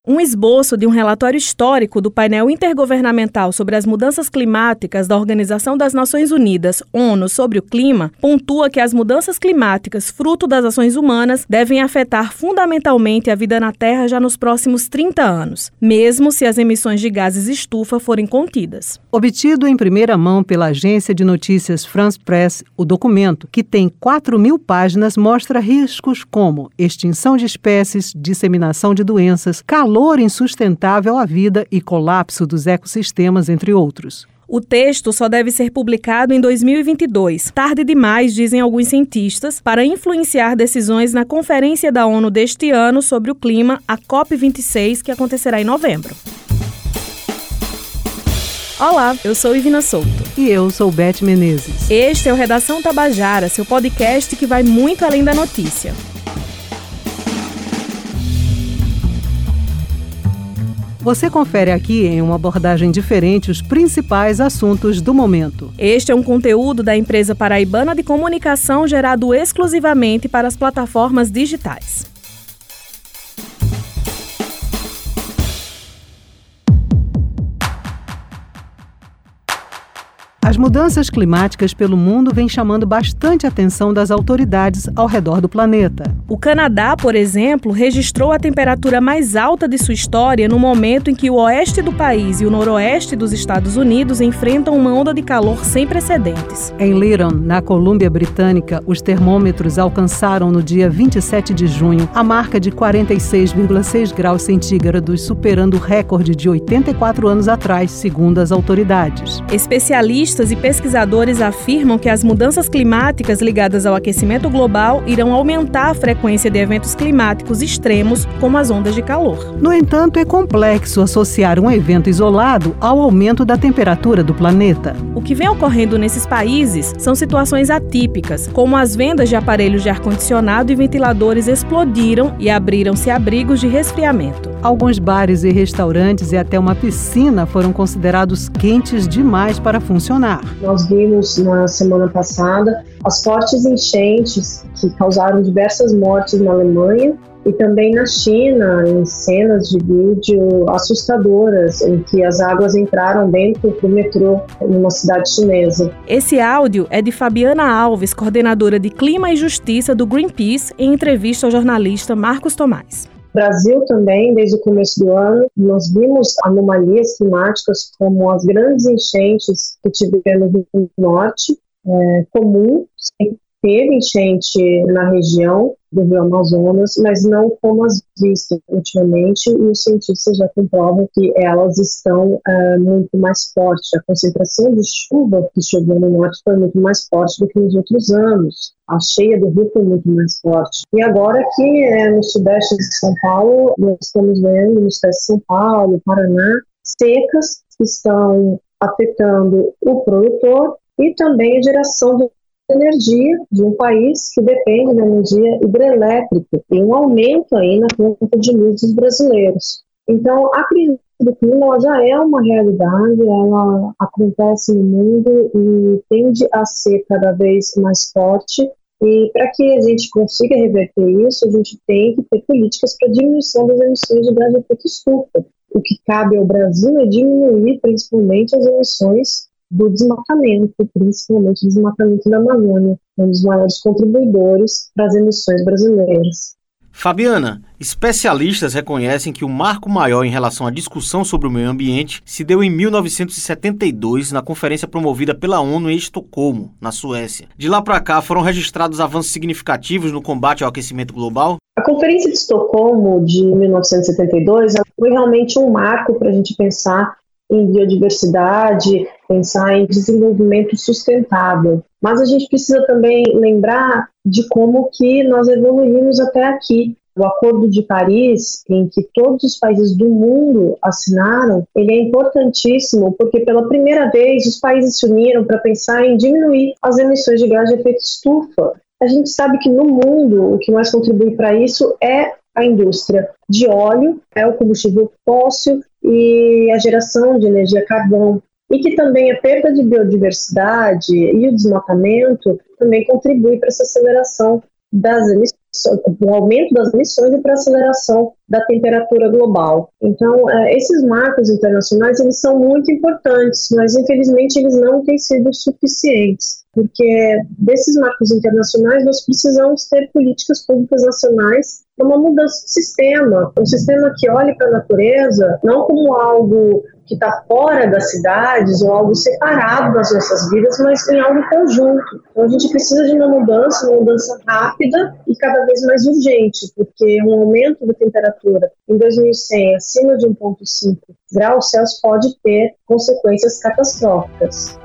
Um esboço de um relatório histórico do painel intergovernamental sobre as mudanças climáticas da Organização das Nações Unidas, ONU, sobre o clima, pontua que as mudanças climáticas, fruto das ações humanas, devem afetar fundamentalmente a vida na Terra já nos próximos 30 anos, mesmo se as emissões de gases estufa forem contidas. Obtido em primeira mão pela agência de notícias France Presse, o documento, que tem 4.000 páginas, mostra riscos como extinção de espécies, disseminação de doenças, calor insustentável à vida e colapso dos ecossistemas, entre outros. O texto só deve ser publicado em 2022, tarde demais, dizem alguns cientistas, para influenciar decisões na Conferência da ONU deste ano sobre o clima, a COP26, que acontecerá em novembro. Olá, eu sou Ivina Souto. E eu sou Beth Menezes. Este é o Redação Tabajara, seu podcast que vai muito além da notícia. Você confere aqui, em uma abordagem diferente, os principais assuntos do momento. Este é um conteúdo da empresa paraibana de comunicação gerado exclusivamente para as plataformas digitais. As mudanças climáticas pelo mundo vêm chamando bastante a atenção das autoridades ao redor do planeta. O Canadá, por exemplo, registrou a temperatura mais alta de sua história no momento em que o oeste do país e o noroeste dos Estados Unidos enfrentam uma onda de calor sem precedentes. Em Lytton, na Colômbia Britânica, os termômetros alcançaram no dia 27 de junho a marca de 46,6 graus centígrados, superando o recorde de 84 anos atrás, segundo as autoridades. Especialistas e pesquisadores afirmam que as mudanças climáticas ligadas ao aquecimento global irão aumentar a frequência de eventos climáticos extremos, como as ondas de calor. No entanto, é complexo associar um evento isolado ao aumento da temperatura do planeta. O que vem ocorrendo nesses países são situações atípicas, como as vendas de aparelhos de ar-condicionado e ventiladores explodiram e abriram-se abrigos de resfriamento. Alguns bares e restaurantes e até uma piscina foram considerados quentes demais para funcionar. Nós vimos na semana passada as fortes enchentes que causaram diversas mortes na Alemanha e também na China, em cenas de vídeo assustadoras, em que as águas entraram dentro do metrô numa cidade chinesa. Esse áudio é de Fabiana Alves, coordenadora de Clima e Justiça do Greenpeace, em entrevista ao jornalista Marcos Tomás. Brasil também, desde o começo do ano, nós vimos anomalias climáticas como as grandes enchentes que tivemos no norte, comum, teve enchente na região do Rio Amazonas, mas não como as vistas ultimamente, e os cientistas já comprovam que elas estão muito mais fortes. A concentração de chuva que choveu no norte foi muito mais forte do que nos outros anos. A cheia do rio foi muito mais forte. E agora aqui no sudeste de São Paulo, nós estamos vendo no sudeste de São Paulo, Paraná, secas que estão afetando o produtor e também a geração de energia de um país que depende da energia hidrelétrica e um aumento aí na conta de luz dos brasileiros. Então, a crise do clima já é uma realidade, ela acontece no mundo e tende a ser cada vez mais forte. E para que a gente consiga reverter isso, a gente tem que ter políticas para diminuição das emissões de gás de efeito estufa. O que cabe ao Brasil é diminuir principalmente as emissões do desmatamento, principalmente o desmatamento da Amazônia, um dos maiores contribuidores para as emissões brasileiras. Fabiana, especialistas reconhecem que o marco maior em relação à discussão sobre o meio ambiente se deu em 1972, na conferência promovida pela ONU em Estocolmo, na Suécia. De lá para cá, foram registrados avanços significativos no combate ao aquecimento global? A Conferência de Estocolmo de 1972 foi realmente um marco para a gente pensar em biodiversidade, pensar em desenvolvimento sustentável. Mas a gente precisa também lembrar de como que nós evoluímos até aqui. O Acordo de Paris, em que todos os países do mundo assinaram, ele é importantíssimo porque pela primeira vez os países se uniram para pensar em diminuir as emissões de gás de efeito estufa. A gente sabe que no mundo o que mais contribui para isso é a indústria de óleo, é o combustível fóssil e a geração de energia carvão, e que também a perda de biodiversidade e o desmatamento também contribui para essa aceleração o aumento das emissões e para a aceleração da temperatura global. Então, esses marcos internacionais, eles são muito importantes, mas infelizmente eles não têm sido suficientes, porque desses marcos internacionais nós precisamos ter políticas públicas nacionais para uma mudança de sistema, um sistema que olhe para a natureza não como algo que está fora das cidades ou algo separado das nossas vidas, mas em algo conjunto. Então a gente precisa de uma mudança rápida e cada vez mais urgente, porque um aumento da temperatura em 2100 acima de 1,5 graus Celsius pode ter consequências catastróficas.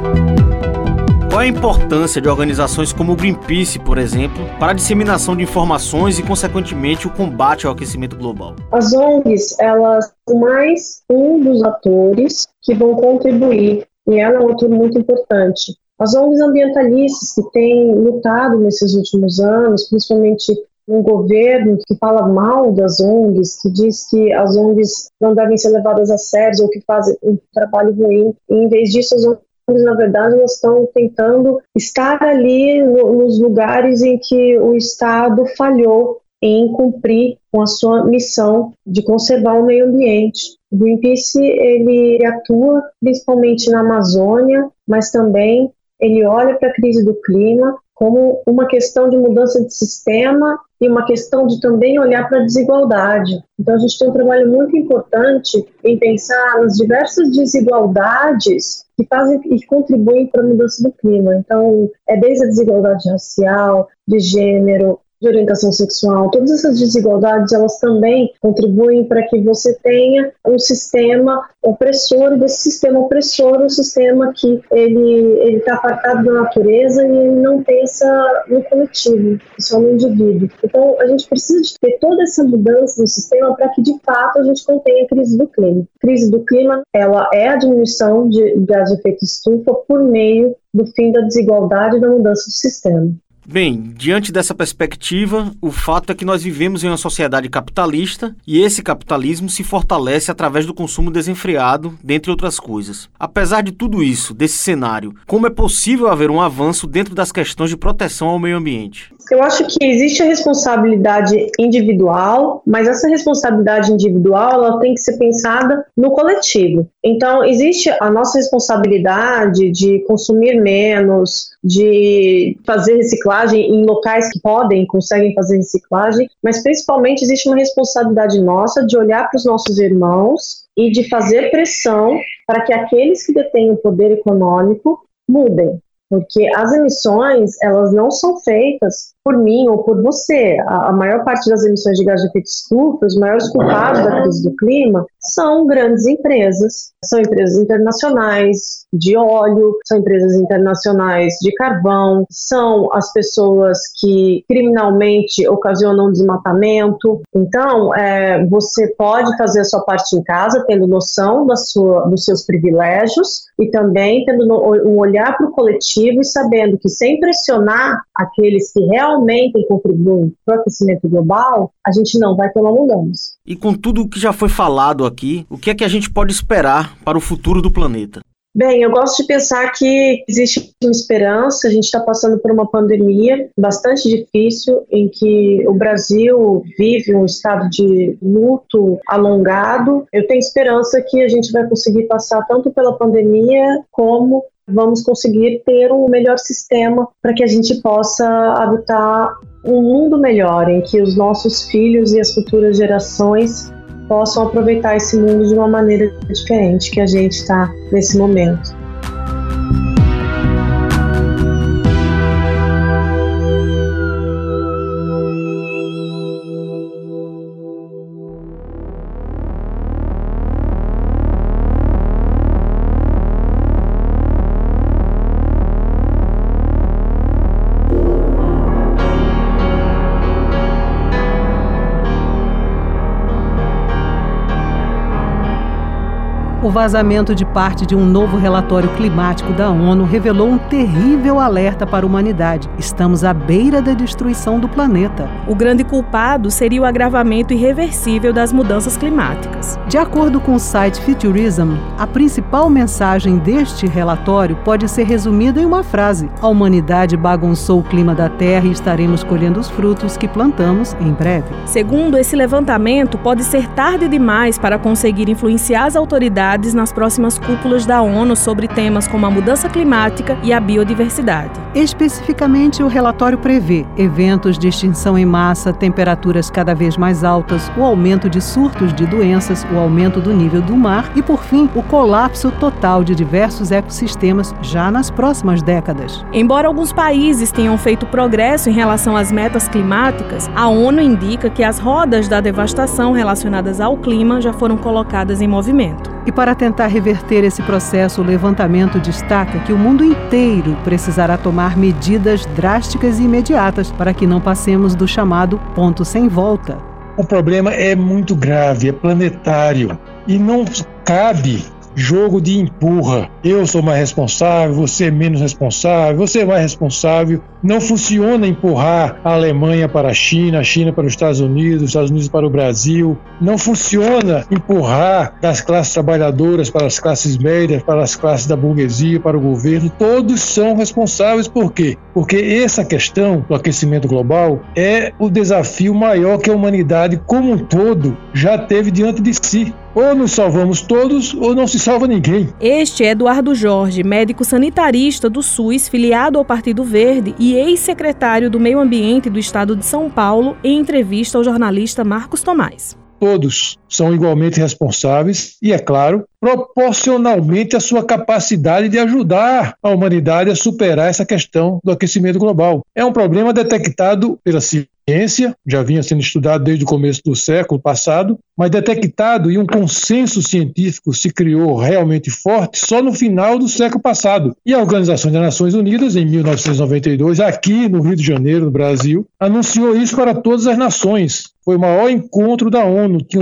Qual é a importância de organizações como o Greenpeace, por exemplo, para a disseminação de informações e, consequentemente, o combate ao aquecimento global? As ONGs, elas são mais um dos atores que vão contribuir, e ela é um ator muito importante. As ONGs ambientalistas que têm lutado nesses últimos anos, principalmente um governo que fala mal das ONGs, que diz que as ONGs não devem ser levadas a sério ou que fazem um trabalho ruim, e em vez disso as ONGs, na verdade, elas estão tentando estar ali nos lugares em que o Estado falhou em cumprir com a sua missão de conservar o meio ambiente. O Greenpeace, ele atua principalmente na Amazônia, mas também ele olha para a crise do clima como uma questão de mudança de sistema e uma questão de também olhar para a desigualdade. Então a gente tem um trabalho muito importante em pensar nas diversas desigualdades que fazem e contribuem para a mudança do clima. Então é desde a desigualdade racial, de gênero, de orientação sexual, todas essas desigualdades, elas também contribuem para que você tenha um sistema opressor, e desse sistema opressor, um sistema que ele está apartado da natureza e ele não pensa no coletivo, só no indivíduo. Então, a gente precisa de ter toda essa mudança no sistema para que, de fato, a gente contenha a crise do clima. A crise do clima, ela é a diminuição de gás de efeito estufa por meio do fim da desigualdade e da mudança do sistema. Bem, diante dessa perspectiva, o fato é que nós vivemos em uma sociedade capitalista e esse capitalismo se fortalece através do consumo desenfreado, dentre outras coisas. Apesar de tudo isso, desse cenário, como é possível haver um avanço dentro das questões de proteção ao meio ambiente? Eu acho que existe a responsabilidade individual, mas essa responsabilidade individual ela tem que ser pensada no coletivo. Então, existe a nossa responsabilidade de consumir menos, de fazer reciclagem em locais que conseguem fazer reciclagem, mas principalmente existe uma responsabilidade nossa de olhar para os nossos irmãos e de fazer pressão para que aqueles que detêm o poder econômico mudem. Porque as emissões, elas não são feitas por mim ou por você. A maior parte das emissões de gás de efeito estufa, os maiores culpados da crise do clima, são grandes empresas. São empresas internacionais de óleo, são empresas internacionais de carvão, são as pessoas que criminalmente ocasionam desmatamento. Então, você pode fazer a sua parte em casa, tendo noção dos seus privilégios e também tendo um olhar para o coletivo e sabendo que sem pressionar aqueles que realmente contribuem para o aquecimento global, a gente não vai ter uma mudança. E com tudo o que já foi falado aqui, o que é que a gente pode esperar para o futuro do planeta? Bem, eu gosto de pensar que existe uma esperança. A gente está passando por uma pandemia bastante difícil, em que o Brasil vive um estado de luto alongado. Eu tenho esperança que a gente vai conseguir passar tanto pela pandemia como vamos conseguir ter um melhor sistema para que a gente possa habitar um mundo melhor, em que os nossos filhos e as futuras gerações possam aproveitar esse mundo de uma maneira diferente que a gente está nesse momento. O vazamento de parte de um novo relatório climático da ONU revelou um terrível alerta para a humanidade. Estamos à beira da destruição do planeta. O grande culpado seria o agravamento irreversível das mudanças climáticas. De acordo com o site Futurism, a principal mensagem deste relatório pode ser resumida em uma frase: a humanidade bagunçou o clima da Terra e estaremos colhendo os frutos que plantamos em breve. Segundo esse levantamento, pode ser tarde demais para conseguir influenciar as autoridades nas próximas cúpulas da ONU sobre temas como a mudança climática e a biodiversidade. Especificamente, o relatório prevê eventos de extinção em massa, temperaturas cada vez mais altas, o aumento de surtos de doenças, o aumento do nível do mar e, por fim, o colapso total de diversos ecossistemas já nas próximas décadas. Embora alguns países tenham feito progresso em relação às metas climáticas, a ONU indica que as rodas da devastação relacionadas ao clima já foram colocadas em movimento. E para tentar reverter esse processo, o levantamento destaca que o mundo inteiro precisará tomar medidas drásticas e imediatas para que não passemos do chamado ponto sem volta. O problema é muito grave, é planetário e não cabe jogo de empurra. Eu sou mais responsável, você é menos responsável, você é mais responsável. Não funciona empurrar a Alemanha para a China para os Estados Unidos para o Brasil. Não funciona empurrar das classes trabalhadoras para as classes médias, para as classes da burguesia, para o governo. Todos são responsáveis. Por quê? Porque essa questão do aquecimento global é o desafio maior que a humanidade como um todo já teve diante de si. Ou nos salvamos todos, ou não se salva ninguém. Este é Eduardo Jorge, médico sanitarista do SUS, filiado ao Partido Verde e ex-secretário do Meio Ambiente do Estado de São Paulo, em entrevista ao jornalista Marcos Tomás. Todos são igualmente responsáveis e, é claro, proporcionalmente à sua capacidade de ajudar a humanidade a superar essa questão do aquecimento global. É um problema detectado pela ciência, já vinha sendo estudado desde o começo do século passado, mas detectado e um consenso científico se criou realmente forte só no final do século passado. E a Organização das Nações Unidas, em 1992, aqui no Rio de Janeiro, no Brasil, anunciou isso para todas as nações. Foi o maior encontro da ONU, tinham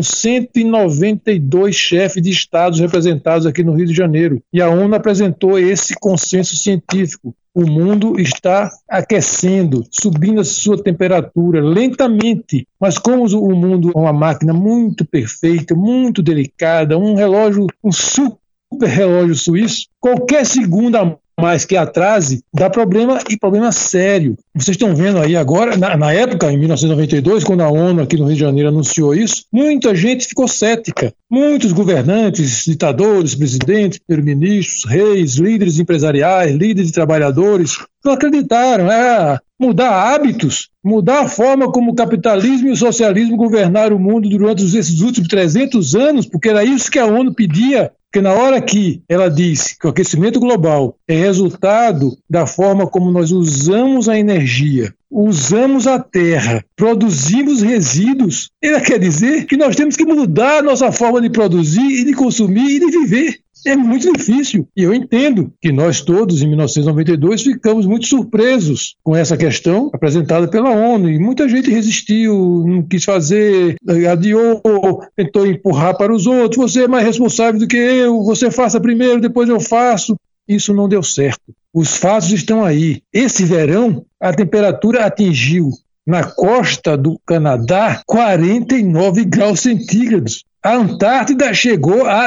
192 chefes de estados representados aqui no Rio de Janeiro. E a ONU apresentou esse consenso científico. O mundo está aquecendo, subindo a sua temperatura lentamente. Mas como o mundo é uma máquina muito perfeita, muito delicada, um super relógio suíço, qualquer segundo a mais que atrase, dá problema e problema sério. Vocês estão vendo aí agora, na época, em 1992, quando a ONU aqui no Rio de Janeiro anunciou isso, muita gente ficou cética. Muitos governantes, ditadores, presidentes, primeiro-ministros, reis, líderes empresariais, líderes de trabalhadores, não acreditaram. Mudar hábitos, mudar a forma como o capitalismo e o socialismo governaram o mundo durante esses últimos 300 anos, porque era isso que a ONU pedia. Porque na hora que ela disse que o aquecimento global é resultado da forma como nós usamos a energia, usamos a terra, produzimos resíduos, ela quer dizer que nós temos que mudar a nossa forma de produzir e de consumir e de viver. É muito difícil. E eu entendo que nós todos, em 1992, ficamos muito surpresos com essa questão apresentada pela ONU. E muita gente resistiu, não quis fazer, adiou, tentou empurrar para os outros. Você é mais responsável do que eu, você faça primeiro, depois eu faço. Isso não deu certo. Os fatos estão aí. Esse verão, a temperatura atingiu, na costa do Canadá, 49 graus centígrados. A Antártida chegou a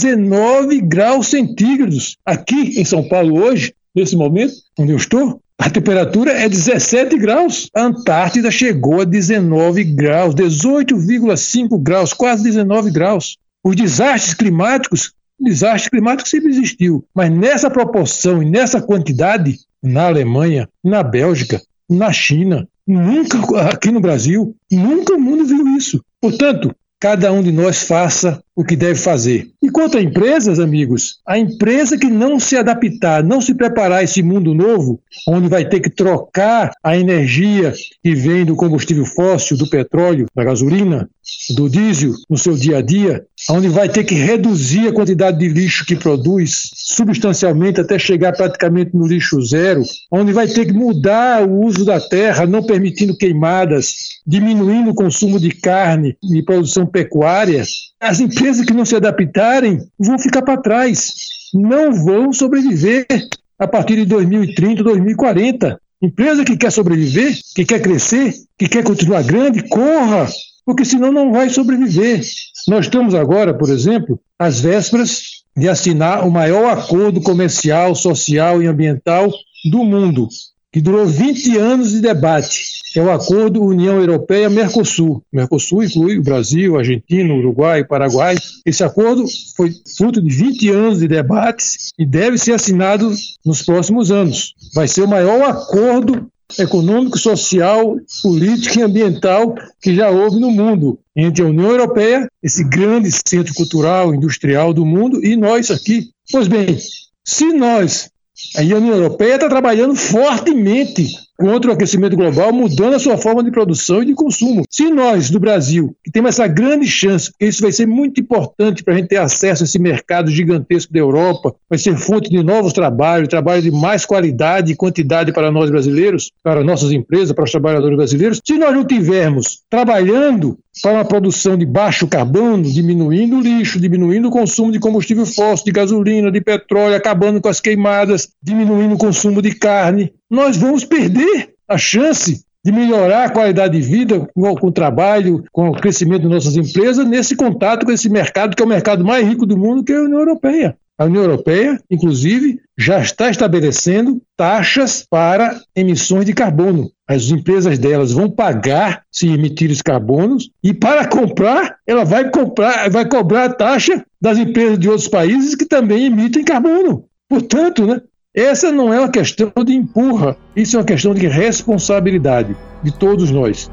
19 graus centígrados. Aqui em São Paulo hoje, nesse momento, onde eu estou, a temperatura é 17 graus. A Antártida chegou a 19 graus, 18,5 graus, quase 19 graus. Os desastre climático sempre existiu, mas nessa proporção e nessa quantidade, na Alemanha, na Bélgica, na China, nunca aqui no Brasil, nunca o mundo viu isso. Portanto, cada um de nós faça o que deve fazer. E quanto a empresas, amigos, a empresa que não se adaptar, não se preparar a esse mundo novo, onde vai ter que trocar a energia que vem do combustível fóssil, do petróleo, da gasolina, do diesel, no seu dia a dia, onde vai ter que reduzir a quantidade de lixo que produz substancialmente até chegar praticamente no lixo zero, onde vai ter que mudar o uso da terra, não permitindo queimadas, diminuindo o consumo de carne e produção pecuária, as empresas empresas que não se adaptarem vão ficar para trás, não vão sobreviver a partir de 2030, 2040. Empresa que quer sobreviver, que quer crescer, que quer continuar grande, corra, porque senão não vai sobreviver. Nós estamos agora, por exemplo, às vésperas de assinar o maior acordo comercial, social e ambiental do mundo, que durou 20 anos de debate. É o Acordo União Europeia-Mercosul. Mercosul inclui o Brasil, a Argentina, o Uruguai, o Paraguai. Esse acordo foi fruto de 20 anos de debates e deve ser assinado nos próximos anos. Vai ser o maior acordo econômico, social, político e ambiental que já houve no mundo, entre a União Europeia, esse grande centro cultural, industrial do mundo, e nós aqui. Pois bem, se nós, a União Europeia está trabalhando fortemente contra o aquecimento global, mudando a sua forma de produção e de consumo. Se nós, do Brasil, que temos essa grande chance, porque isso vai ser muito importante para a gente ter acesso a esse mercado gigantesco da Europa, vai ser fonte de novos trabalhos, trabalho de mais qualidade e quantidade para nós brasileiros, para nossas empresas, para os trabalhadores brasileiros. Se nós não tivermos trabalhando para uma produção de baixo carbono, diminuindo o lixo, diminuindo o consumo de combustível fóssil, de gasolina, de petróleo, acabando com as queimadas, diminuindo o consumo de carne, nós vamos perder a chance de melhorar a qualidade de vida com o trabalho, com o crescimento das nossas empresas, nesse contato com esse mercado, que é o mercado mais rico do mundo, que é a União Europeia. A União Europeia, inclusive, já está estabelecendo taxas para emissões de carbono. As empresas delas vão pagar se emitir os carbonos e, para comprar, ela vai cobrar a taxa das empresas de outros países que também emitem carbono. Portanto, essa não é uma questão de empurra, isso é uma questão de responsabilidade de todos nós.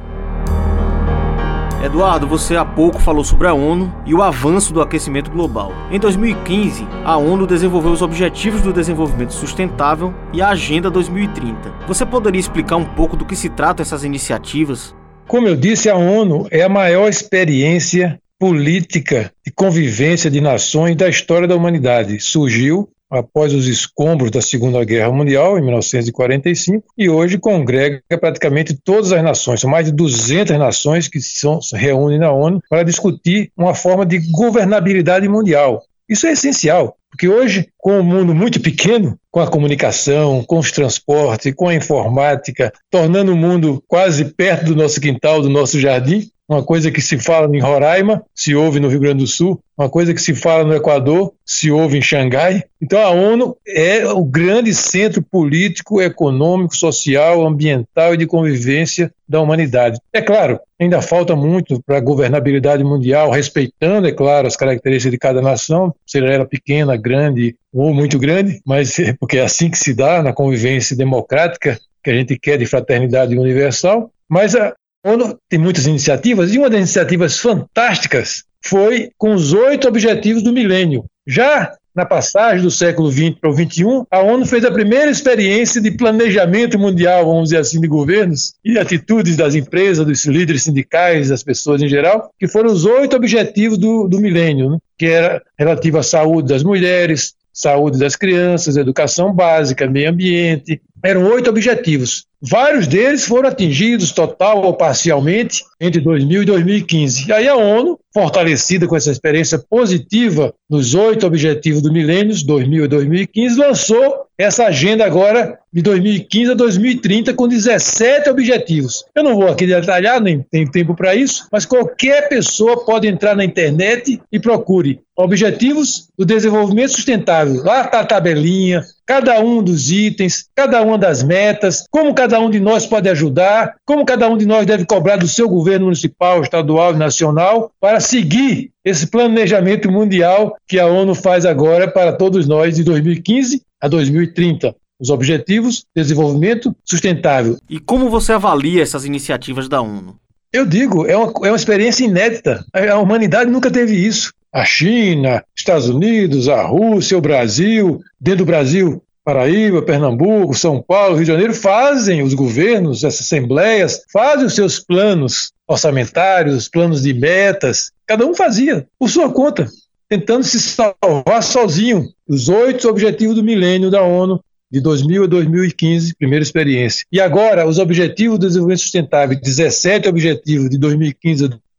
Eduardo, você há pouco falou sobre a ONU e o avanço do aquecimento global. Em 2015, a ONU desenvolveu os Objetivos do Desenvolvimento Sustentável e a Agenda 2030. Você poderia explicar um pouco do que se trata essas iniciativas? Como eu disse, a ONU é a maior experiência política de convivência de nações da história da humanidade. Surgiu após os escombros da Segunda Guerra Mundial, em 1945, e hoje congrega praticamente todas as nações. São mais de 200 nações que se reúnem na ONU para discutir uma forma de governabilidade mundial. Isso é essencial, porque hoje, com um mundo muito pequeno, com a comunicação, com os transportes, com a informática, tornando o mundo quase perto do nosso quintal, do nosso jardim, uma coisa que se fala em Roraima, se ouve no Rio Grande do Sul, uma coisa que se fala no Equador, se ouve em Xangai. Então a ONU é o grande centro político, econômico, social, ambiental e de convivência da humanidade. É claro, ainda falta muito para a governabilidade mundial, respeitando, é claro, as características de cada nação, seja ela pequena, grande ou muito grande, mas porque é assim que se dá na convivência democrática que a gente quer de fraternidade universal. Mas a ONU tem muitas iniciativas, e uma das iniciativas fantásticas foi com os 8 Objetivos do Milênio. Já na passagem do século XX para o XXI, a ONU fez a primeira experiência de planejamento mundial, vamos dizer assim, de governos e atitudes das empresas, dos líderes sindicais, das pessoas em geral, que foram os 8 Objetivos do Milênio, que era relativo à saúde das mulheres, saúde das crianças, educação básica, meio ambiente. Eram 8 objetivos. Vários deles foram atingidos total ou parcialmente entre 2000 e 2015. E aí a ONU, fortalecida com essa experiência positiva nos 8 Objetivos do Milênio, 2000 e 2015, lançou essa agenda agora de 2015 a 2030 com 17 objetivos. Eu não vou aqui detalhar, nem tenho tempo para isso, mas qualquer pessoa pode entrar na internet e procure Objetivos do Desenvolvimento Sustentável. Lá está a tabelinha, cada um dos itens, cada uma das metas, como cada um de nós pode ajudar, como cada um de nós deve cobrar do seu governo municipal, estadual e nacional para seguir esse planejamento mundial que a ONU faz agora para todos nós de 2015 a 2030. Os Objetivos de Desenvolvimento Sustentável. E como você avalia essas iniciativas da ONU? Eu digo, é uma experiência inédita. A humanidade nunca teve isso. A China, Estados Unidos, a Rússia, o Brasil, dentro do Brasil, Paraíba, Pernambuco, São Paulo, Rio de Janeiro, fazem os governos, essas assembleias, fazem os seus planos orçamentários, planos de metas. Cada um fazia por sua conta, tentando se salvar sozinho. Os 8 Objetivos do Milênio da ONU, de 2000 a 2015, primeira experiência. E agora, os Objetivos do Desenvolvimento Sustentável, 17 Objetivos de 2015 a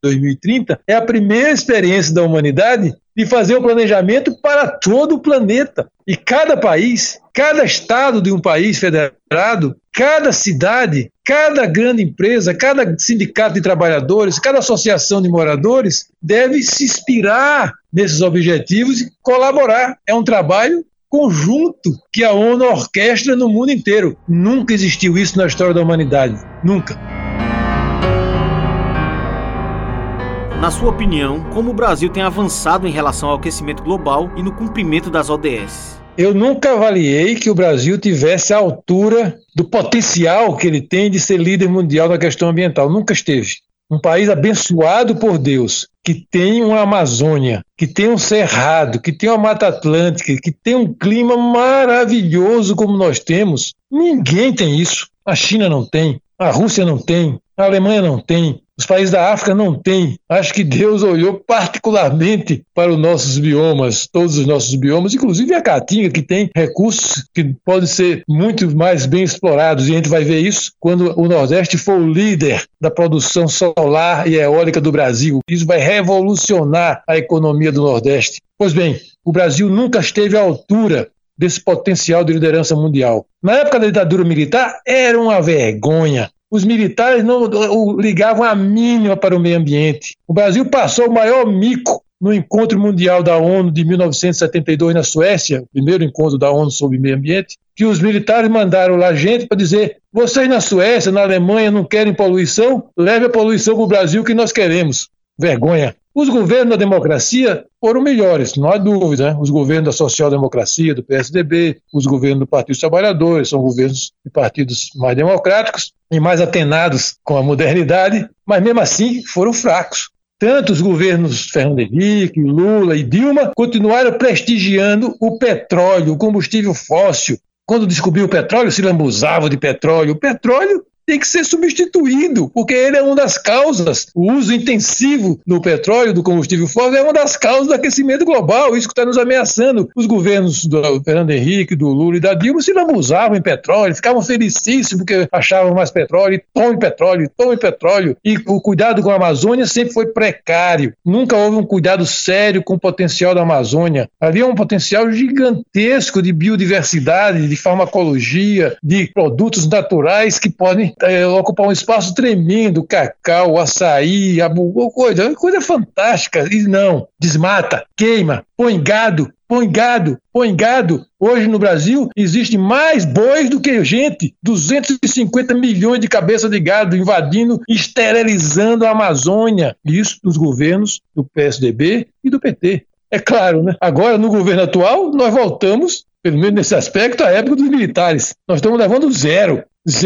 2030, é a primeira experiência da humanidade de fazer um planejamento para todo o planeta. E cada país, cada estado de um país federado, cada cidade, cada grande empresa, cada sindicato de trabalhadores, cada associação de moradores deve se inspirar nesses objetivos e colaborar. É um trabalho conjunto que a ONU orquestra no mundo inteiro. Nunca existiu isso na história da humanidade. Nunca. Na sua opinião, como o Brasil tem avançado em relação ao aquecimento global e no cumprimento das ODS? Eu nunca avaliei que o Brasil tivesse a altura do potencial que ele tem de ser líder mundial na questão ambiental. Nunca esteve. Um país abençoado por Deus, que tem uma Amazônia, que tem um Cerrado, que tem uma Mata Atlântica, que tem um clima maravilhoso como nós temos. Ninguém tem isso. A China não tem, a Rússia não tem, a Alemanha não tem. Os países da África não têm. Acho que Deus olhou particularmente para os nossos biomas, todos os nossos biomas, inclusive a Caatinga, que tem recursos que podem ser muito mais bem explorados. E a gente vai ver isso quando o Nordeste for o líder da produção solar e eólica do Brasil. Isso vai revolucionar a economia do Nordeste. Pois bem, o Brasil nunca esteve à altura desse potencial de liderança mundial. Na época da ditadura militar, era uma vergonha. Os militares não ligavam a mínima para o meio ambiente. O Brasil passou o maior mico no encontro mundial da ONU de 1972 na Suécia, o primeiro encontro da ONU sobre meio ambiente, que os militares mandaram lá gente para dizer: vocês na Suécia, na Alemanha não querem poluição? Leve a poluição para o Brasil que nós queremos. Vergonha. Os governos da democracia foram melhores, não há dúvida, né? Os governos da social-democracia, do PSDB, os governos do Partido dos Trabalhadores, são governos de partidos mais democráticos e mais atenados com a modernidade, mas mesmo assim foram fracos. Tanto os governos Fernando Henrique, Lula e Dilma continuaram prestigiando o petróleo, o combustível fóssil. Quando descobriu o petróleo, se lambuzavam de petróleo. O petróleo tem que ser substituído, porque ele é uma das causas. O uso intensivo do petróleo, do combustível fóssil, é uma das causas do aquecimento global. Isso que está nos ameaçando. Os governos do Fernando Henrique, do Lula e da Dilma se lambuzavam em petróleo, ficavam felicíssimos porque achavam mais petróleo, e tome petróleo, tome petróleo. E o cuidado com a Amazônia sempre foi precário. Nunca houve um cuidado sério com o potencial da Amazônia. Havia um potencial gigantesco de biodiversidade, de farmacologia, de produtos naturais que podem ocupar um espaço tremendo, cacau, açaí, coisa fantástica. E não, desmata, queima, põe gado. Hoje no Brasil existe mais bois do que gente, 250 milhões de cabeças de gado invadindo, esterilizando a Amazônia. Isso dos governos do PSDB e do PT. É claro, né? Agora no governo atual nós voltamos, pelo menos nesse aspecto, à época dos militares. Nós estamos levando zero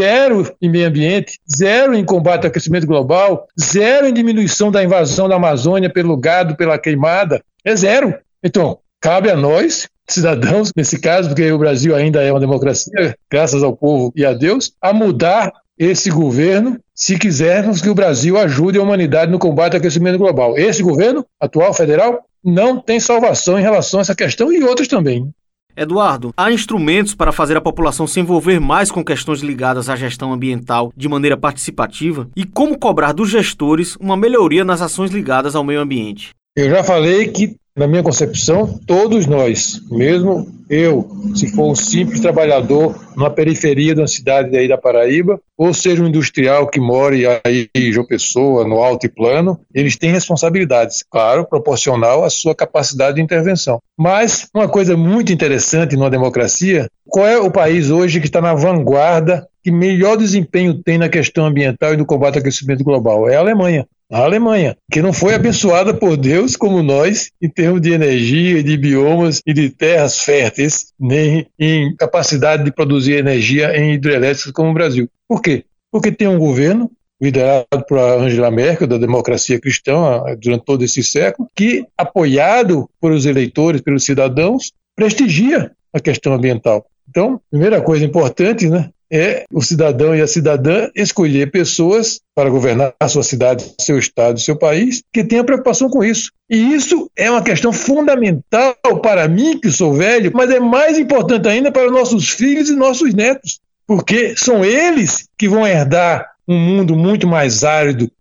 em meio ambiente, zero em combate ao aquecimento global, zero em diminuição da invasão da Amazônia pelo gado, pela queimada, é zero. Então, cabe a nós, cidadãos, nesse caso, porque o Brasil ainda é uma democracia, graças ao povo e a Deus, a mudar esse governo se quisermos que o Brasil ajude a humanidade no combate ao aquecimento global. Esse governo atual, federal, não tem salvação em relação a essa questão e outras também. Eduardo, há instrumentos para fazer a população se envolver mais com questões ligadas à gestão ambiental de maneira participativa? E como cobrar dos gestores uma melhoria nas ações ligadas ao meio ambiente? Eu já falei que, na minha concepção, todos nós, mesmo eu, se for um simples trabalhador numa periferia de uma cidade aí da Paraíba, ou seja um industrial que mora aí em João Pessoa, no altiplano, eles têm responsabilidades, claro, proporcional à sua capacidade de intervenção. Mas uma coisa muito interessante numa democracia, qual é o país hoje que está na vanguarda, que melhor desempenho tem na questão ambiental e no combate ao aquecimento global? É a Alemanha. A Alemanha, que não foi abençoada por Deus como nós, em termos de energia, de biomas e de terras férteis, nem em capacidade de produzir energia em hidrelétricas como o Brasil. Por quê? Porque tem um governo, liderado por Angela Merkel, da democracia cristã, durante todo esse século, que, apoiado pelos eleitores, pelos cidadãos, prestigia a questão ambiental. Então, primeira coisa importante, né? É o cidadão e a cidadã escolher pessoas para governar a sua cidade, seu estado, seu país, que tenham preocupação com isso. E isso é uma questão fundamental para mim, que sou velho, mas é mais importante ainda para nossos filhos e nossos netos, porque são eles que vão herdar um mundo muito mais árido,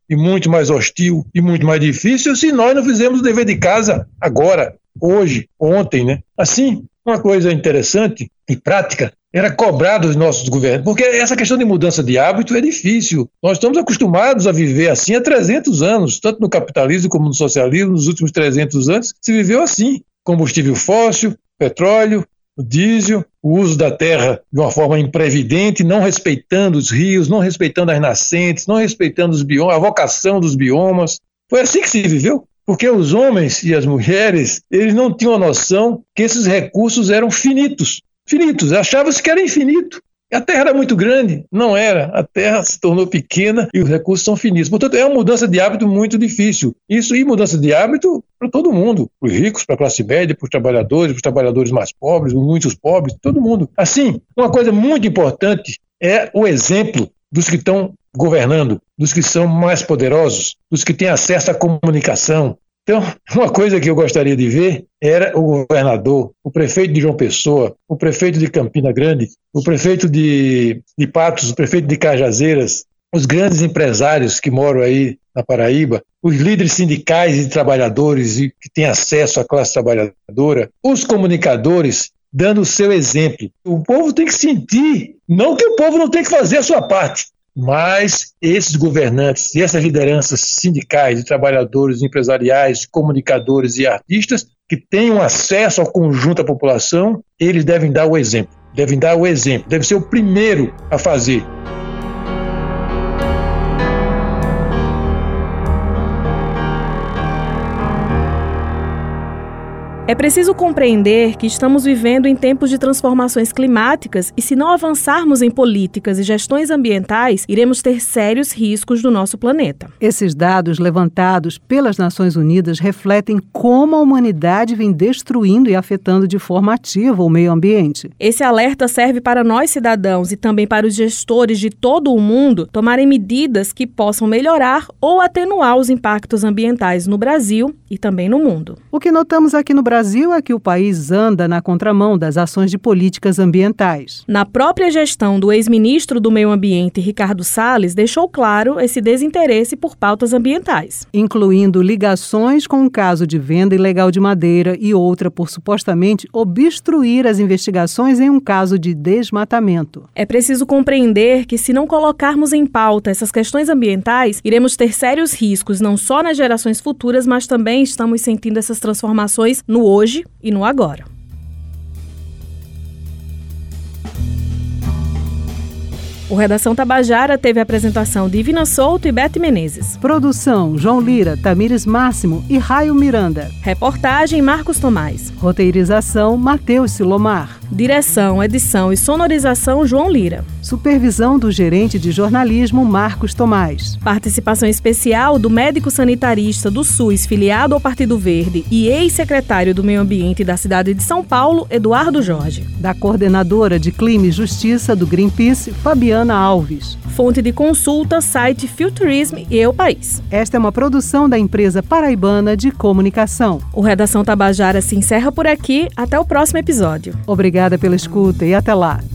e muito mais hostil e muito mais difícil se nós não fizermos o dever de casa agora, hoje, ontem, né? Assim, uma coisa interessante e prática era cobrar dos nossos governos, porque essa questão de mudança de hábito é difícil. Nós estamos acostumados a viver assim há 300 anos, tanto no capitalismo como no socialismo, nos últimos 300 anos se viveu assim. Combustível fóssil, petróleo, o diesel, o uso da terra de uma forma imprevidente, não respeitando os rios, não respeitando as nascentes, não respeitando os biomas, a vocação dos biomas. Foi assim que se viveu. Porque os homens e as mulheres, eles não tinham a noção que esses recursos eram finitos. Finitos, achava-se que era infinito. A terra era muito grande, não era. A terra se tornou pequena e os recursos são finitos. Portanto, é uma mudança de hábito muito difícil. Isso e mudança de hábito para todo mundo. Para os ricos, para a classe média, para os trabalhadores mais pobres, muitos pobres, todo mundo. Assim, uma coisa muito importante é o exemplo dos que estão governando, dos que são mais poderosos, dos que têm acesso à comunicação. Então, uma coisa que eu gostaria de ver era o governador, o prefeito de João Pessoa, o prefeito de Campina Grande, o prefeito de Patos, o prefeito de Cajazeiras, os grandes empresários que moram aí na Paraíba, os líderes sindicais e trabalhadores e que têm acesso à classe trabalhadora, os comunicadores dando o seu exemplo. O povo tem que sentir, não que o povo não tem que fazer a sua parte, mas esses governantes e essas lideranças sindicais, de trabalhadores, empresariais, comunicadores e artistas que tenham acesso ao conjunto da população, eles devem dar o exemplo, devem ser o primeiro a fazer. É preciso compreender que estamos vivendo em tempos de transformações climáticas e, se não avançarmos em políticas e gestões ambientais, iremos ter sérios riscos do nosso planeta. Esses dados levantados pelas Nações Unidas refletem como a humanidade vem destruindo e afetando de forma ativa o meio ambiente. Esse alerta serve para nós, cidadãos, e também para os gestores de todo o mundo tomarem medidas que possam melhorar ou atenuar os impactos ambientais no Brasil e também no mundo. O que notamos aqui no Brasil é que o país anda na contramão das ações de políticas ambientais. Na própria gestão do ex-ministro do Meio Ambiente, Ricardo Salles, deixou claro esse desinteresse por pautas ambientais. Incluindo ligações com um caso de venda ilegal de madeira e outra por supostamente obstruir as investigações em um caso de desmatamento. É preciso compreender que, se não colocarmos em pauta essas questões ambientais, iremos ter sérios riscos não só nas gerações futuras, mas também estamos sentindo essas transformações no hoje e no agora. O Redação Tabajara teve a apresentação de Ivina Souto e Bete Menezes. Produção: João Lira, Tamires Máximo e Raio Miranda. Reportagem: Marcos Tomás. Roteirização: Matheus Silomar. Direção, edição e sonorização: João Lira. Supervisão do gerente de jornalismo Marcos Tomás. Participação especial do médico sanitarista do SUS filiado ao Partido Verde e ex-secretário do Meio Ambiente da cidade de São Paulo, Eduardo Jorge. Da coordenadora de Clima e Justiça do Greenpeace, Fabiana Alves. Fonte de consulta, site Futurism e Eu País. Esta é uma produção da empresa paraibana de comunicação. O Redação Tabajara se encerra por aqui. Até o próximo episódio. Obrigada pela escuta e até lá.